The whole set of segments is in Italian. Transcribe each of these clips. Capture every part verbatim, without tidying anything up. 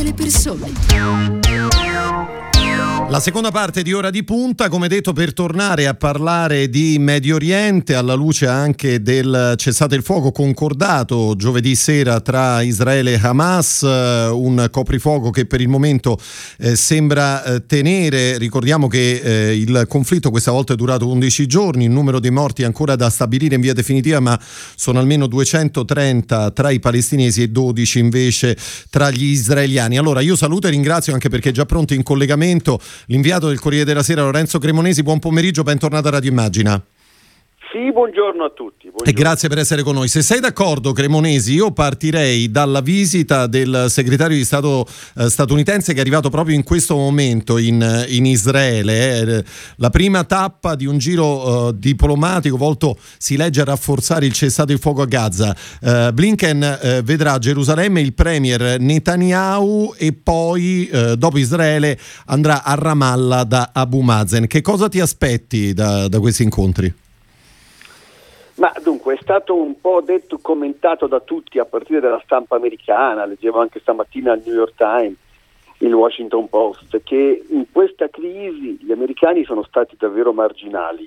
tutte le persone. La seconda parte di Ora di Punta, come detto, per tornare a parlare di Medio Oriente alla luce anche del cessate il fuoco concordato giovedì sera tra Israele e Hamas, un coprifuoco che per il momento eh, sembra eh, tenere. Ricordiamo che eh, il conflitto questa volta è durato undici giorni, il numero dei morti è ancora da stabilire in via definitiva, ma sono almeno duecentotrenta tra i palestinesi e dodici invece tra gli israeliani. Allora io saluto e ringrazio, anche perché è già pronto in collegamento, l'inviato del Corriere della Sera Lorenzo Cremonesi. Buon pomeriggio, bentornato a Radio Immagina. Sì, buongiorno a tutti. Buongiorno. E grazie per essere con noi. Se sei d'accordo, Cremonesi, io partirei dalla visita del segretario di Stato eh, statunitense che è arrivato proprio in questo momento in, in Israele. Eh. La prima tappa di un giro eh, diplomatico volto, si legge, a rafforzare il cessate il fuoco a Gaza. Eh, Blinken eh, vedrà a Gerusalemme il premier Netanyahu e poi, eh, dopo Israele, andrà a Ramallah da Abu Mazen. Che cosa ti aspetti da, da questi incontri? Ma dunque è stato un po' detto, commentato da tutti, a partire dalla stampa americana, leggevo anche stamattina il New York Times, il Washington Post, che in questa crisi gli americani sono stati davvero marginali.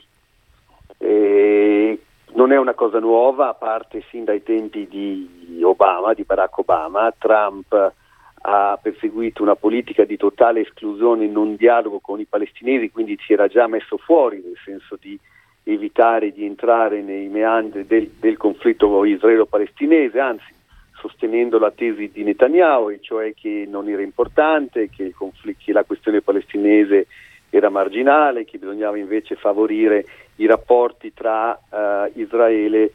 E non è una cosa nuova, a parte sin dai tempi di Obama, di Barack Obama. Trump ha perseguito una politica di totale esclusione, non dialogo con i palestinesi, quindi si era già messo fuori, nel senso di evitare di entrare nei meandri del, del conflitto israelo-palestinese, anzi sostenendo la tesi di Netanyahu, e cioè che non era importante, che, il conflitto, che la questione palestinese era marginale, che bisognava invece favorire i rapporti tra uh, Israele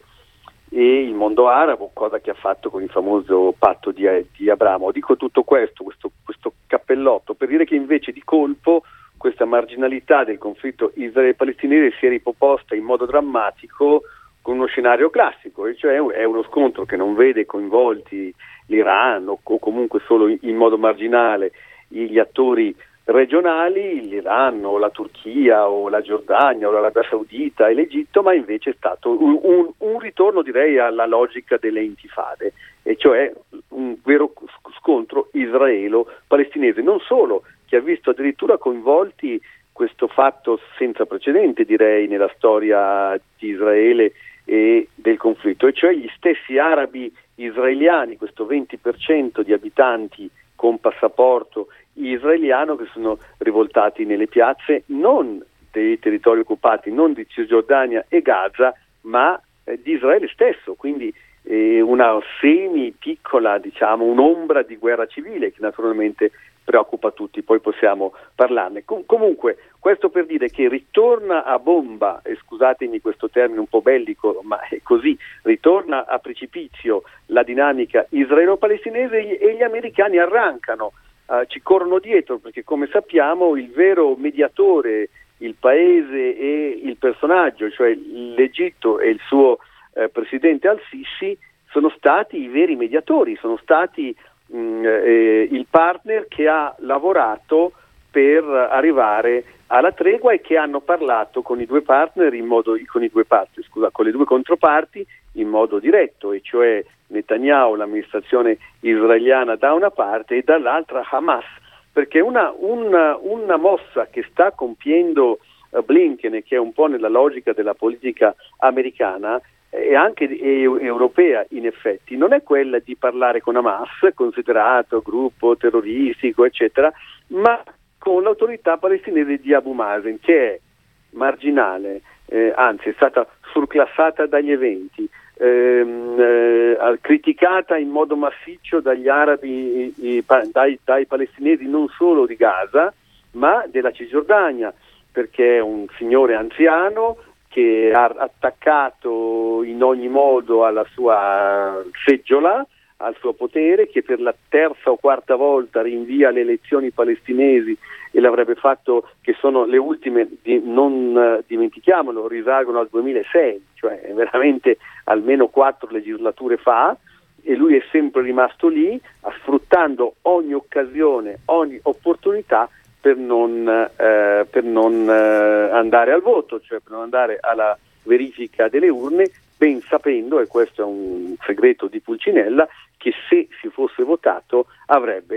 e il mondo arabo, cosa che ha fatto con il famoso patto di, di Abramo. Dico tutto questo, questo, questo cappellotto, per dire che invece di colpo questa marginalità del conflitto israele-palestinese si è riproposta in modo drammatico con uno scenario classico, e cioè è uno scontro che non vede coinvolti l'Iran o, o comunque solo in modo marginale gli attori regionali, l'Iran o la Turchia o la Giordania o l'Arabia Saudita e l'Egitto, ma invece è stato un, un, un ritorno, direi, alla logica delle intifade, e cioè un vero scontro israelo-palestinese, non solo, che ha visto addirittura coinvolti questo fatto senza precedente, direi, nella storia di Israele e del conflitto, e cioè gli stessi arabi israeliani, questo venti per cento di abitanti con passaporto israeliano, che sono rivoltati nelle piazze non dei territori occupati, non di Cisgiordania e Gaza, ma eh, di Israele stesso, quindi eh, una semi piccola, diciamo, un'ombra di guerra civile che naturalmente preoccupa tutti, poi possiamo parlarne. Com- comunque, questo per dire che ritorna a bomba, e scusatemi questo termine un po' bellico, ma è così, ritorna a precipizio la dinamica israelo-palestinese, e gli, e gli americani arrancano, uh, ci corrono dietro, perché come sappiamo il vero mediatore, il paese e il personaggio, cioè l'Egitto e il suo eh, presidente al-Sisi, sono stati i veri mediatori, sono stati mh, eh, il partner che ha lavorato per arrivare alla tregua, e che hanno parlato con i due partner in modo con i due parti, scusa, con le due controparti in modo diretto, e cioè Netanyahu, l'amministrazione israeliana da una parte, e dall'altra Hamas, perché una, una, una mossa che sta compiendo uh, Blinken, e che è un po' nella logica della politica americana e anche e, europea in effetti, non è quella di parlare con Hamas, considerato gruppo terroristico eccetera, ma con l'autorità palestinese di Abu Mazen, che è marginale, eh, anzi è stata surclassata dagli eventi, ehm, eh, criticata in modo massiccio dagli arabi, i, i, dai, dai palestinesi non solo di Gaza, ma della Cisgiordania, perché è un signore anziano che ha attaccato in ogni modo alla sua seggiola, al suo potere, che per la terza o quarta volta rinvia le elezioni palestinesi, e l'avrebbe fatto, che sono le ultime, di, non uh, dimentichiamolo, risalgono al duemilasei, cioè veramente almeno quattro legislature fa, e lui è sempre rimasto lì, sfruttando ogni occasione, ogni opportunità per non, eh, per non eh, andare al voto, cioè per non andare alla verifica delle urne, ben sapendo, e questo è un segreto di Pulcinella, che se si fosse votato avrebbe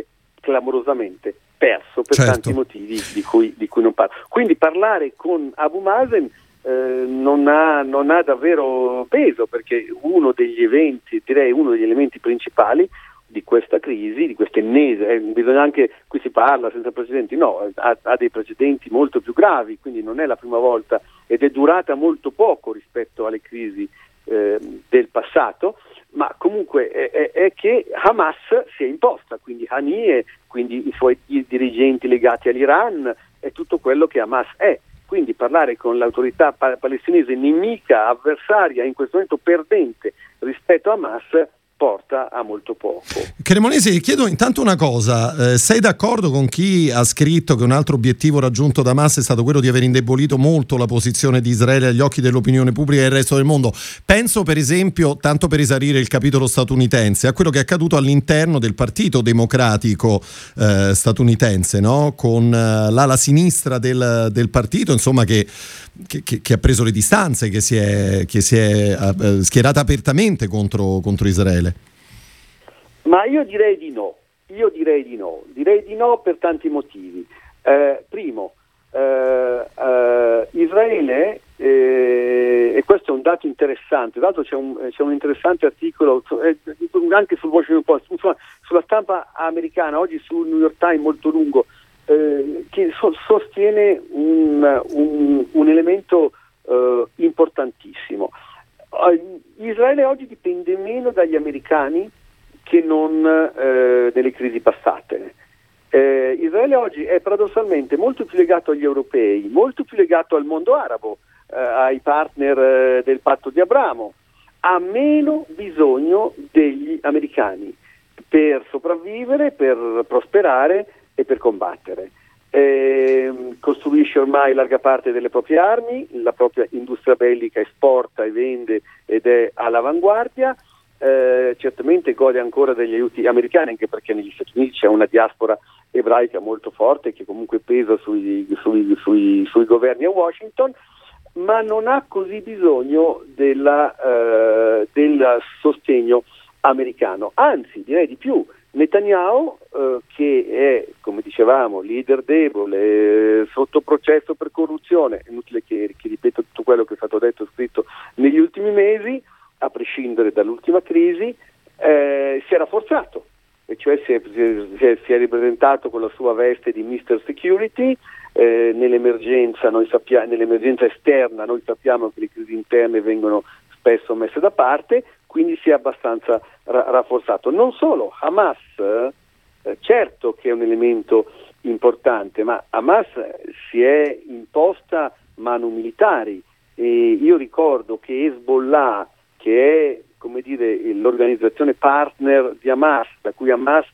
clamorosamente perso per certo. tanti motivi di cui, di cui non parlo. Quindi parlare con Abu Mazen eh, non, ha, non ha davvero peso, perché uno degli eventi, direi uno degli elementi principali di questa crisi, di questa ennesima, eh, bisogna anche, qui si parla senza precedenti, no, ha, ha dei precedenti molto più gravi, quindi non è la prima volta ed è durata molto poco rispetto alle crisi eh, del passato, ma comunque è, è, è che Hamas si è imposta, quindi Haniyeh, quindi i suoi i dirigenti legati all'Iran, è tutto quello che Hamas è. Quindi parlare con l'autorità pa- palestinese nemica, avversaria, in questo momento perdente rispetto a Hamas, porta a molto poco. Cremonesi, chiedo intanto una cosa, eh, sei d'accordo con chi ha scritto che un altro obiettivo raggiunto da Hamas è stato quello di aver indebolito molto la posizione di Israele agli occhi dell'opinione pubblica e del resto del mondo? Penso per esempio, tanto per esaurire il capitolo statunitense, a quello che è accaduto all'interno del Partito Democratico eh, statunitense, no? Con eh, l'ala sinistra del, del partito, insomma, che Che, che, che ha preso le distanze, che si è, che si è uh, schierata apertamente contro, contro Israele? Ma io direi di no, io direi di no, direi di no per tanti motivi. Eh, primo, eh, eh, Israele, eh, e questo è un dato interessante, tra l'altro c'è un, c'è un interessante articolo eh, anche sul Washington Post, insomma, sulla stampa americana, oggi sul New York Times molto lungo, Eh, che so- sostiene un, un, un elemento eh, importantissimo. Uh, Israele oggi dipende meno dagli americani che non eh, nelle crisi passate. Eh, Israele oggi è paradossalmente molto più legato agli europei, molto più legato al mondo arabo, eh, ai partner eh, del patto di Abramo, ha meno bisogno degli americani per sopravvivere, per prosperare e per combattere. Eh, costruisce ormai larga parte delle proprie armi, la propria industria bellica esporta e vende ed è all'avanguardia, eh, certamente gode ancora degli aiuti americani, anche perché negli Stati Uniti c'è una diaspora ebraica molto forte che comunque pesa sui, sui, sui, sui governi a Washington, ma non ha così bisogno della, eh, del sostegno americano, anzi direi di più. Netanyahu, eh, che è, come dicevamo, leader debole, eh, sotto processo per corruzione, è inutile che, che ripeto tutto quello che è stato detto e scritto negli ultimi mesi, a prescindere dall'ultima crisi, eh, si è rafforzato, e cioè si è, si, è, si è ripresentato con la sua veste di mister Security, eh, nell'emergenza, noi sappiamo, nell'emergenza esterna noi sappiamo che le crisi interne vengono spesso messe da parte, quindi si è abbastanza ra- rafforzato. Non solo, Hamas, eh, certo che è un elemento importante, ma Hamas si è imposta manu militari, e io ricordo che Hezbollah, che è, come dire, l'organizzazione partner di Hamas, da cui Hamas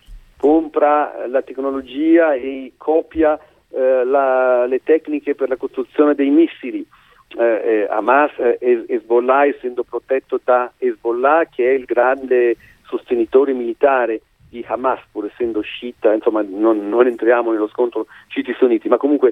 compra la tecnologia e copia eh, la, le tecniche per la costruzione dei missili, Eh, eh, Hamas, eh, Hezbollah essendo protetto da Hezbollah, che è il grande sostenitore militare di Hamas, pur essendo sciita, insomma non, non entriamo nello scontro sciiti-sunniti, ma comunque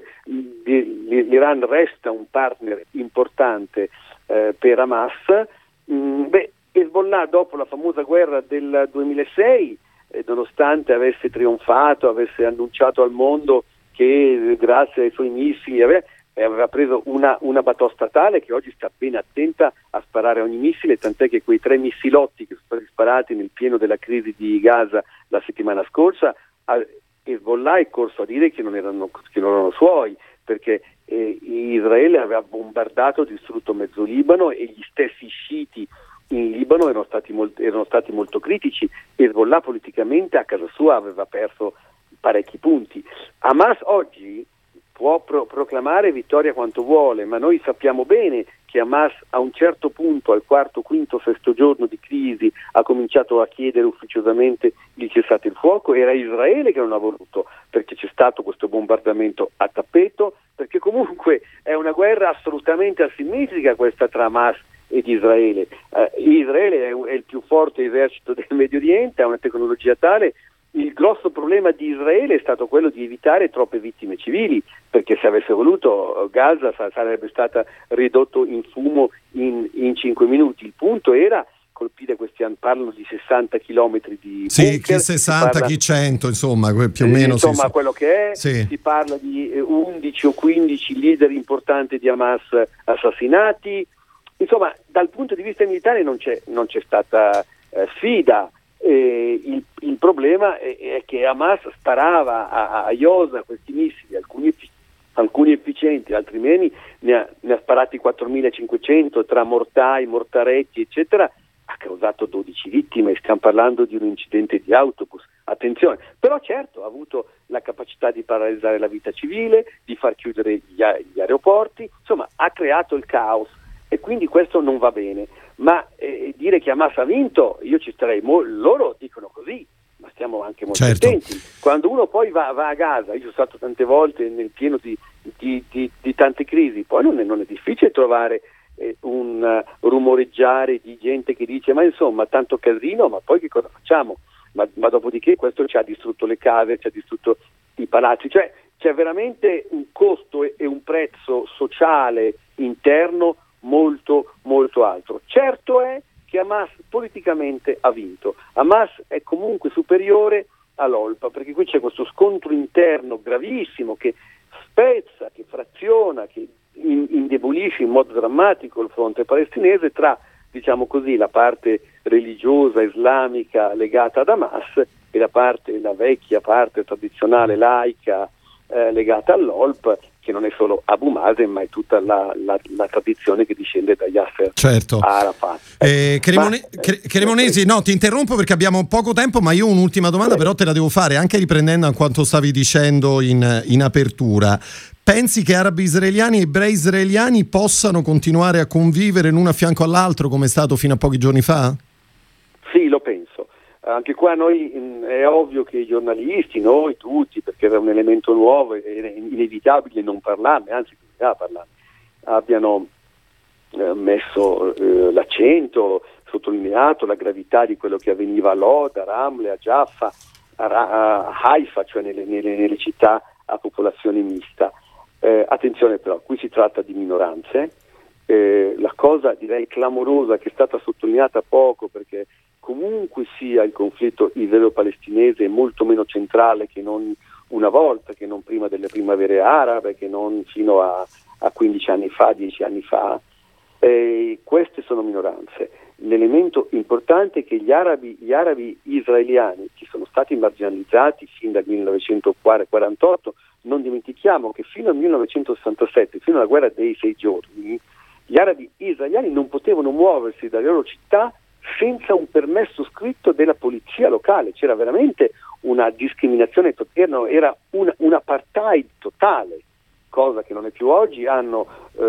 l'Iran resta un partner importante eh, per Hamas. Mm, beh, Hezbollah dopo la famosa guerra del duemilasei, eh, nonostante avesse trionfato, avesse annunciato al mondo che grazie ai suoi missili aveva aveva preso una, una batosta tale che oggi sta ben attenta a sparare ogni missile, tant'è che quei tre missilotti che sono stati sparati nel pieno della crisi di Gaza la settimana scorsa, Hezbollah è corso a dire che non erano, che non erano suoi, perché eh, Israele aveva bombardato, distrutto mezzo Libano, e gli stessi sciiti in Libano erano stati, molt- erano stati molto critici. Hezbollah politicamente a casa sua aveva perso parecchi punti. Hamas oggi può pro- proclamare vittoria quanto vuole, ma noi sappiamo bene che Hamas a un certo punto, al quarto, quinto, sesto giorno di crisi, ha cominciato a chiedere ufficiosamente il cessate il fuoco. Era Israele che non ha voluto, perché c'è stato questo bombardamento a tappeto, perché comunque è una guerra assolutamente asimmetrica questa tra Hamas ed Israele. Eh, Israele è, è il più forte esercito del Medio Oriente, ha una tecnologia tale. Il grosso problema di Israele è stato quello di evitare troppe vittime civili, perché se avesse voluto Gaza sarebbe stata ridotto in fumo in, in cinque minuti. Il punto era colpire questi anni, parlano di sessanta chilometri di sì, bunker, chi sessanta, parla, chi cento, insomma, più o eh, meno. Insomma, sì, quello che è, sì. si parla di eh, undici o quindici leader importanti di Hamas assassinati. Insomma, dal punto di vista militare non c'è, non c'è stata eh, sfida. Eh, il, il problema è, è che Hamas sparava a, a Iosa questi missili, alcuni, alcuni efficienti, altri meno, ne ha, ne ha sparati quattromilacinquecento tra mortai, mortaretti, eccetera. Ha causato dodici vittime, stiamo parlando di un incidente di autobus. Attenzione, però certo ha avuto la capacità di paralizzare la vita civile, di far chiudere gli, a- gli aeroporti, insomma ha creato il caos e quindi questo non va bene. Ma eh, dire che Hamas ha vinto, io ci starei, mo- loro dicono così, ma stiamo anche molto certo. attenti. Quando uno poi va, va a Gaza, io sono stato tante volte nel pieno di, di, di, di tante crisi, poi non è, non è difficile trovare eh, un uh, rumoreggiare di gente che dice ma insomma tanto casino, ma poi che cosa facciamo? Ma, ma dopodiché questo ci ha distrutto le case, ci ha distrutto i palazzi, cioè c'è veramente un costo e, e un prezzo sociale interno molto molto alto. Certo è che Hamas politicamente ha vinto. Hamas è comunque superiore all'O L P, perché qui c'è questo scontro interno gravissimo che spezza, che fraziona, che in, indebolisce in modo drammatico il fronte palestinese tra, diciamo così, la parte religiosa islamica legata ad Hamas e la parte, la vecchia parte tradizionale laica eh, legata all'O L P, che non è solo Abu Mazen, ma è tutta la, la, la tradizione che discende da Yasser certo. Arafat. Eh, Cremone- ma, eh, Cremonesi, no, ti interrompo perché abbiamo poco tempo, ma io ho un'ultima domanda, però te la devo fare, anche riprendendo a quanto stavi dicendo in, in apertura. Pensi che arabi israeliani e ebrei israeliani possano continuare a convivere l'uno a fianco all'altro come è stato fino a pochi giorni fa? Sì, lo penso. Anche qua noi mh, è ovvio che i giornalisti, noi tutti, perché era un elemento nuovo, era inevitabile non parlarne, anzi bisognava parlarne, abbiano eh, messo eh, l'accento, sottolineato la gravità di quello che avveniva a Lod, a Ramle, a Jaffa, a, Ra- a Haifa, cioè nelle, nelle, nelle città a popolazione mista. Eh, attenzione però, qui si tratta di minoranze. Eh, la cosa direi clamorosa che è stata sottolineata poco, perché comunque sia il conflitto israelo-palestinese è molto meno centrale che non una volta, che non prima delle primavere arabe, che non fino a, a quindici anni fa, dieci anni fa. Eh, queste sono minoranze. L'elemento importante è che gli arabi, gli arabi israeliani, che sono stati marginalizzati fin dal millenovecentoquarantotto, non dimentichiamo che fino al millenovecentosessantasette, fino alla guerra dei sei giorni, gli arabi israeliani non potevano muoversi dalle loro città senza un permesso scritto della polizia locale. C'era veramente una discriminazione, era un, un apartheid totale, cosa che non è più oggi. Hanno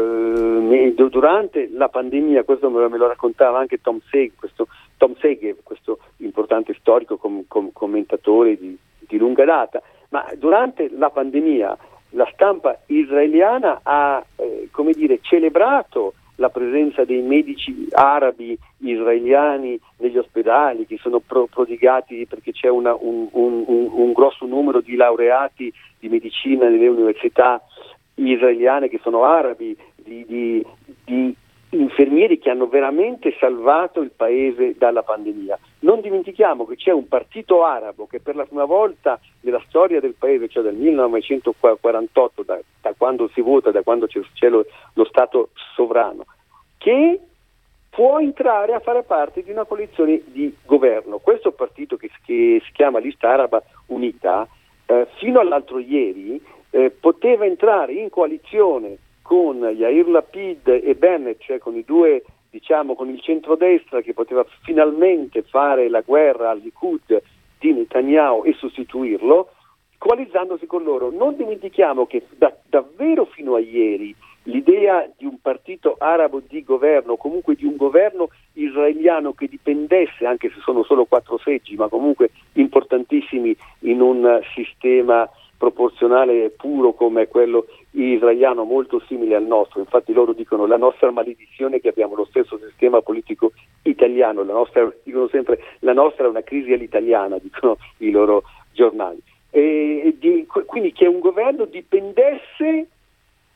eh, durante la pandemia, questo me lo, me lo raccontava anche Tom Seg, questo, Tom Seg, questo importante storico com, com, commentatore di, di lunga data, ma durante la pandemia la stampa israeliana ha eh, come dire, celebrato la presenza dei medici arabi israeliani negli ospedali, che sono pro- prodigati perché c'è una, un, un, un, un grosso numero di laureati di medicina nelle università israeliane che sono arabi, di, di, di infermieri che hanno veramente salvato il paese dalla pandemia. Non dimentichiamo che c'è un partito arabo che per la prima volta nella storia del paese, cioè dal millenovecentoquarantotto, da, da quando si vota, da quando c'è, c'è lo, lo Stato sovrano, che può entrare a fare parte di una coalizione di governo. Questo partito che, che si chiama Lista Araba Unita, eh, fino all'altro ieri eh, poteva entrare in coalizione con Yair Lapid e Bennett, cioè con i due, diciamo, con il centrodestra che poteva finalmente fare la guerra al Likud di Netanyahu e sostituirlo, coalizzandosi con loro. Non dimentichiamo che da, davvero fino a ieri l'idea di un partito arabo di governo, comunque di un governo israeliano che dipendesse, anche se sono solo quattro seggi, ma comunque importantissimi in un sistema proporzionale puro come quello israeliano, molto simile al nostro. Infatti loro dicono la nostra maledizione è che abbiamo lo stesso sistema politico italiano, la nostra, dicono sempre la nostra è una crisi all'italiana, dicono i loro giornali. E, e di, quindi che un governo dipendesse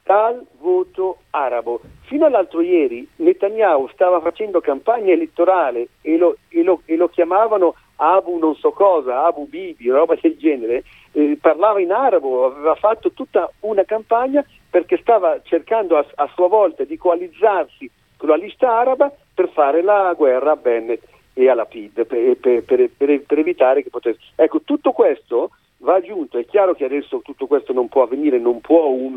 dal voto arabo. Fino all'altro ieri Netanyahu stava facendo campagna elettorale e lo, e lo, e lo chiamavano Abu non so cosa, Abu Bibi, roba del genere, eh, parlava in arabo, aveva fatto tutta una campagna perché stava cercando a, a sua volta di coalizzarsi con la lista araba per fare la guerra a Bennett e a Lapid, per, per, per, per, per evitare che potesse... Ecco, tutto questo va aggiunto. È chiaro che adesso tutto questo non può avvenire, non può un,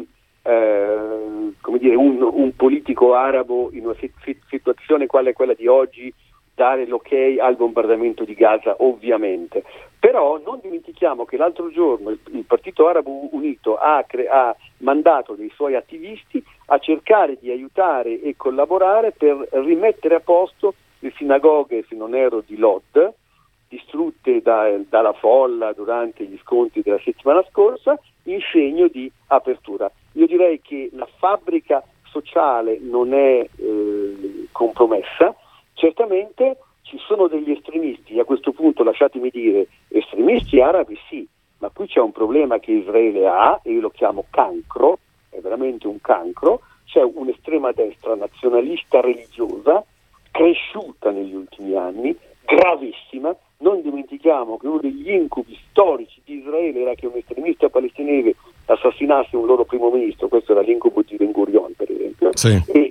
eh, come dire, un, un politico arabo in una situazione quale è quella di oggi dare l'ok al bombardamento di Gaza, ovviamente. Però non dimentichiamo che l'altro giorno il, il Partito Arabo Unito ha, cre- ha mandato dei suoi attivisti a cercare di aiutare e collaborare per rimettere a posto le sinagoghe, se non erro, di Lod, distrutte da, dalla folla durante gli scontri della settimana scorsa, in segno di apertura. Io direi che la fabbrica sociale non è eh, compromessa. Certamente ci sono degli estremisti, e a questo punto lasciatemi dire, estremisti arabi sì, ma qui c'è un problema che Israele ha, e io lo chiamo cancro, è veramente un cancro. C'è un'estrema destra nazionalista religiosa, cresciuta negli ultimi anni, gravissima. Non dimentichiamo che uno degli incubi storici di Israele era che un estremista palestinese assassinasse un loro primo ministro, questo era l'incubo di Ben Gurion, per esempio, sì. E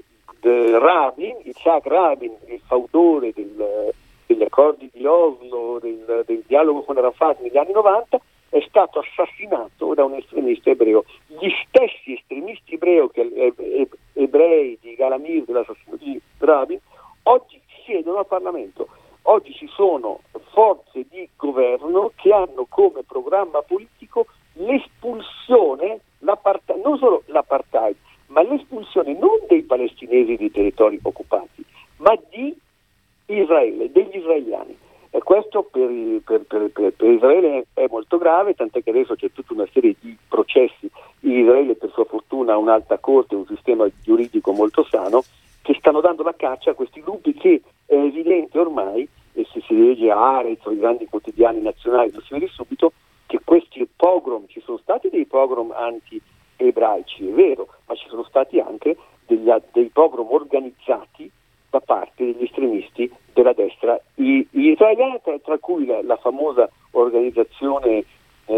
Rabin, Yitzhak Rabin, il fautore del, degli accordi di Oslo, del, del dialogo con Arafat negli anni novanta, è stato assassinato da un estremista ebreo. Gli stessi estremisti ebreo che, eh, ebrei di Galamir, dell'assassino di Rabin, oggi siedono al Parlamento. Oggi ci sono forze di governo che hanno come programma politico l'espulsione, l'apartheid, non solo l'apartheid, ma l'espulsione non dei palestinesi dei territori occupati, ma di Israele, degli israeliani. E questo per, per, per, per, per Israele è molto grave, tant'è che adesso c'è tutta una serie di processi. Israele, per sua fortuna, ha un'alta corte, un sistema giuridico molto sano, che stanno dando la caccia a questi gruppi che è evidente ormai, e se si legge a Haaretz o i grandi quotidiani nazionali lo si vede subito, che questi pogrom, ci sono stati dei pogrom anti-ebraici, è vero, ma ci sono stati anche degli, dei pogrom organizzati da parte degli estremisti della destra israeliana, tra, tra cui la, la famosa organizzazione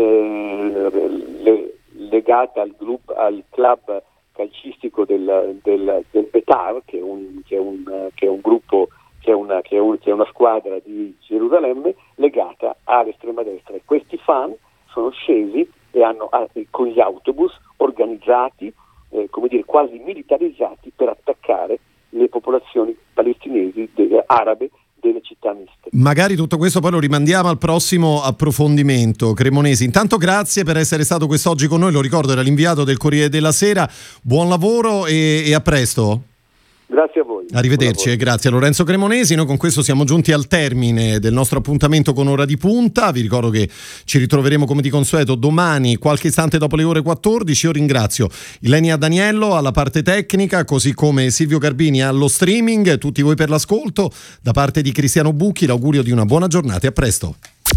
eh, le, legata al, group, al club calcistico del, del, del Betar, che è un, che è un, che è un gruppo, che è una, che è un, che è una squadra di Gerusalemme legata all'estrema destra. E questi fan sono scesi e hanno con gli autobus organizzati, eh, come dire, quasi militarizzati, per attaccare le popolazioni palestinesi, de, arabe, delle città miste. Magari tutto questo poi lo rimandiamo al prossimo approfondimento. Cremonesi, intanto grazie per essere stato quest'oggi con noi, lo ricordo era l'inviato del Corriere della Sera, buon lavoro e, e a presto. Grazie a voi. Arrivederci e grazie a Lorenzo Cremonesi. Noi con questo siamo giunti al termine del nostro appuntamento con Ora di Punta. Vi ricordo che ci ritroveremo come di consueto domani, qualche istante dopo le ore quattordici. Io ringrazio Ilenia Daniello alla parte tecnica, così come Silvio Garbini allo streaming, tutti voi per l'ascolto. Da parte di Cristiano Bucchi l'augurio di una buona giornata e a presto.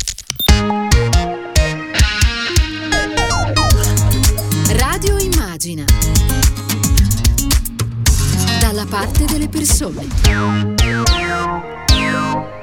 Radio Immagina, dalla parte delle persone.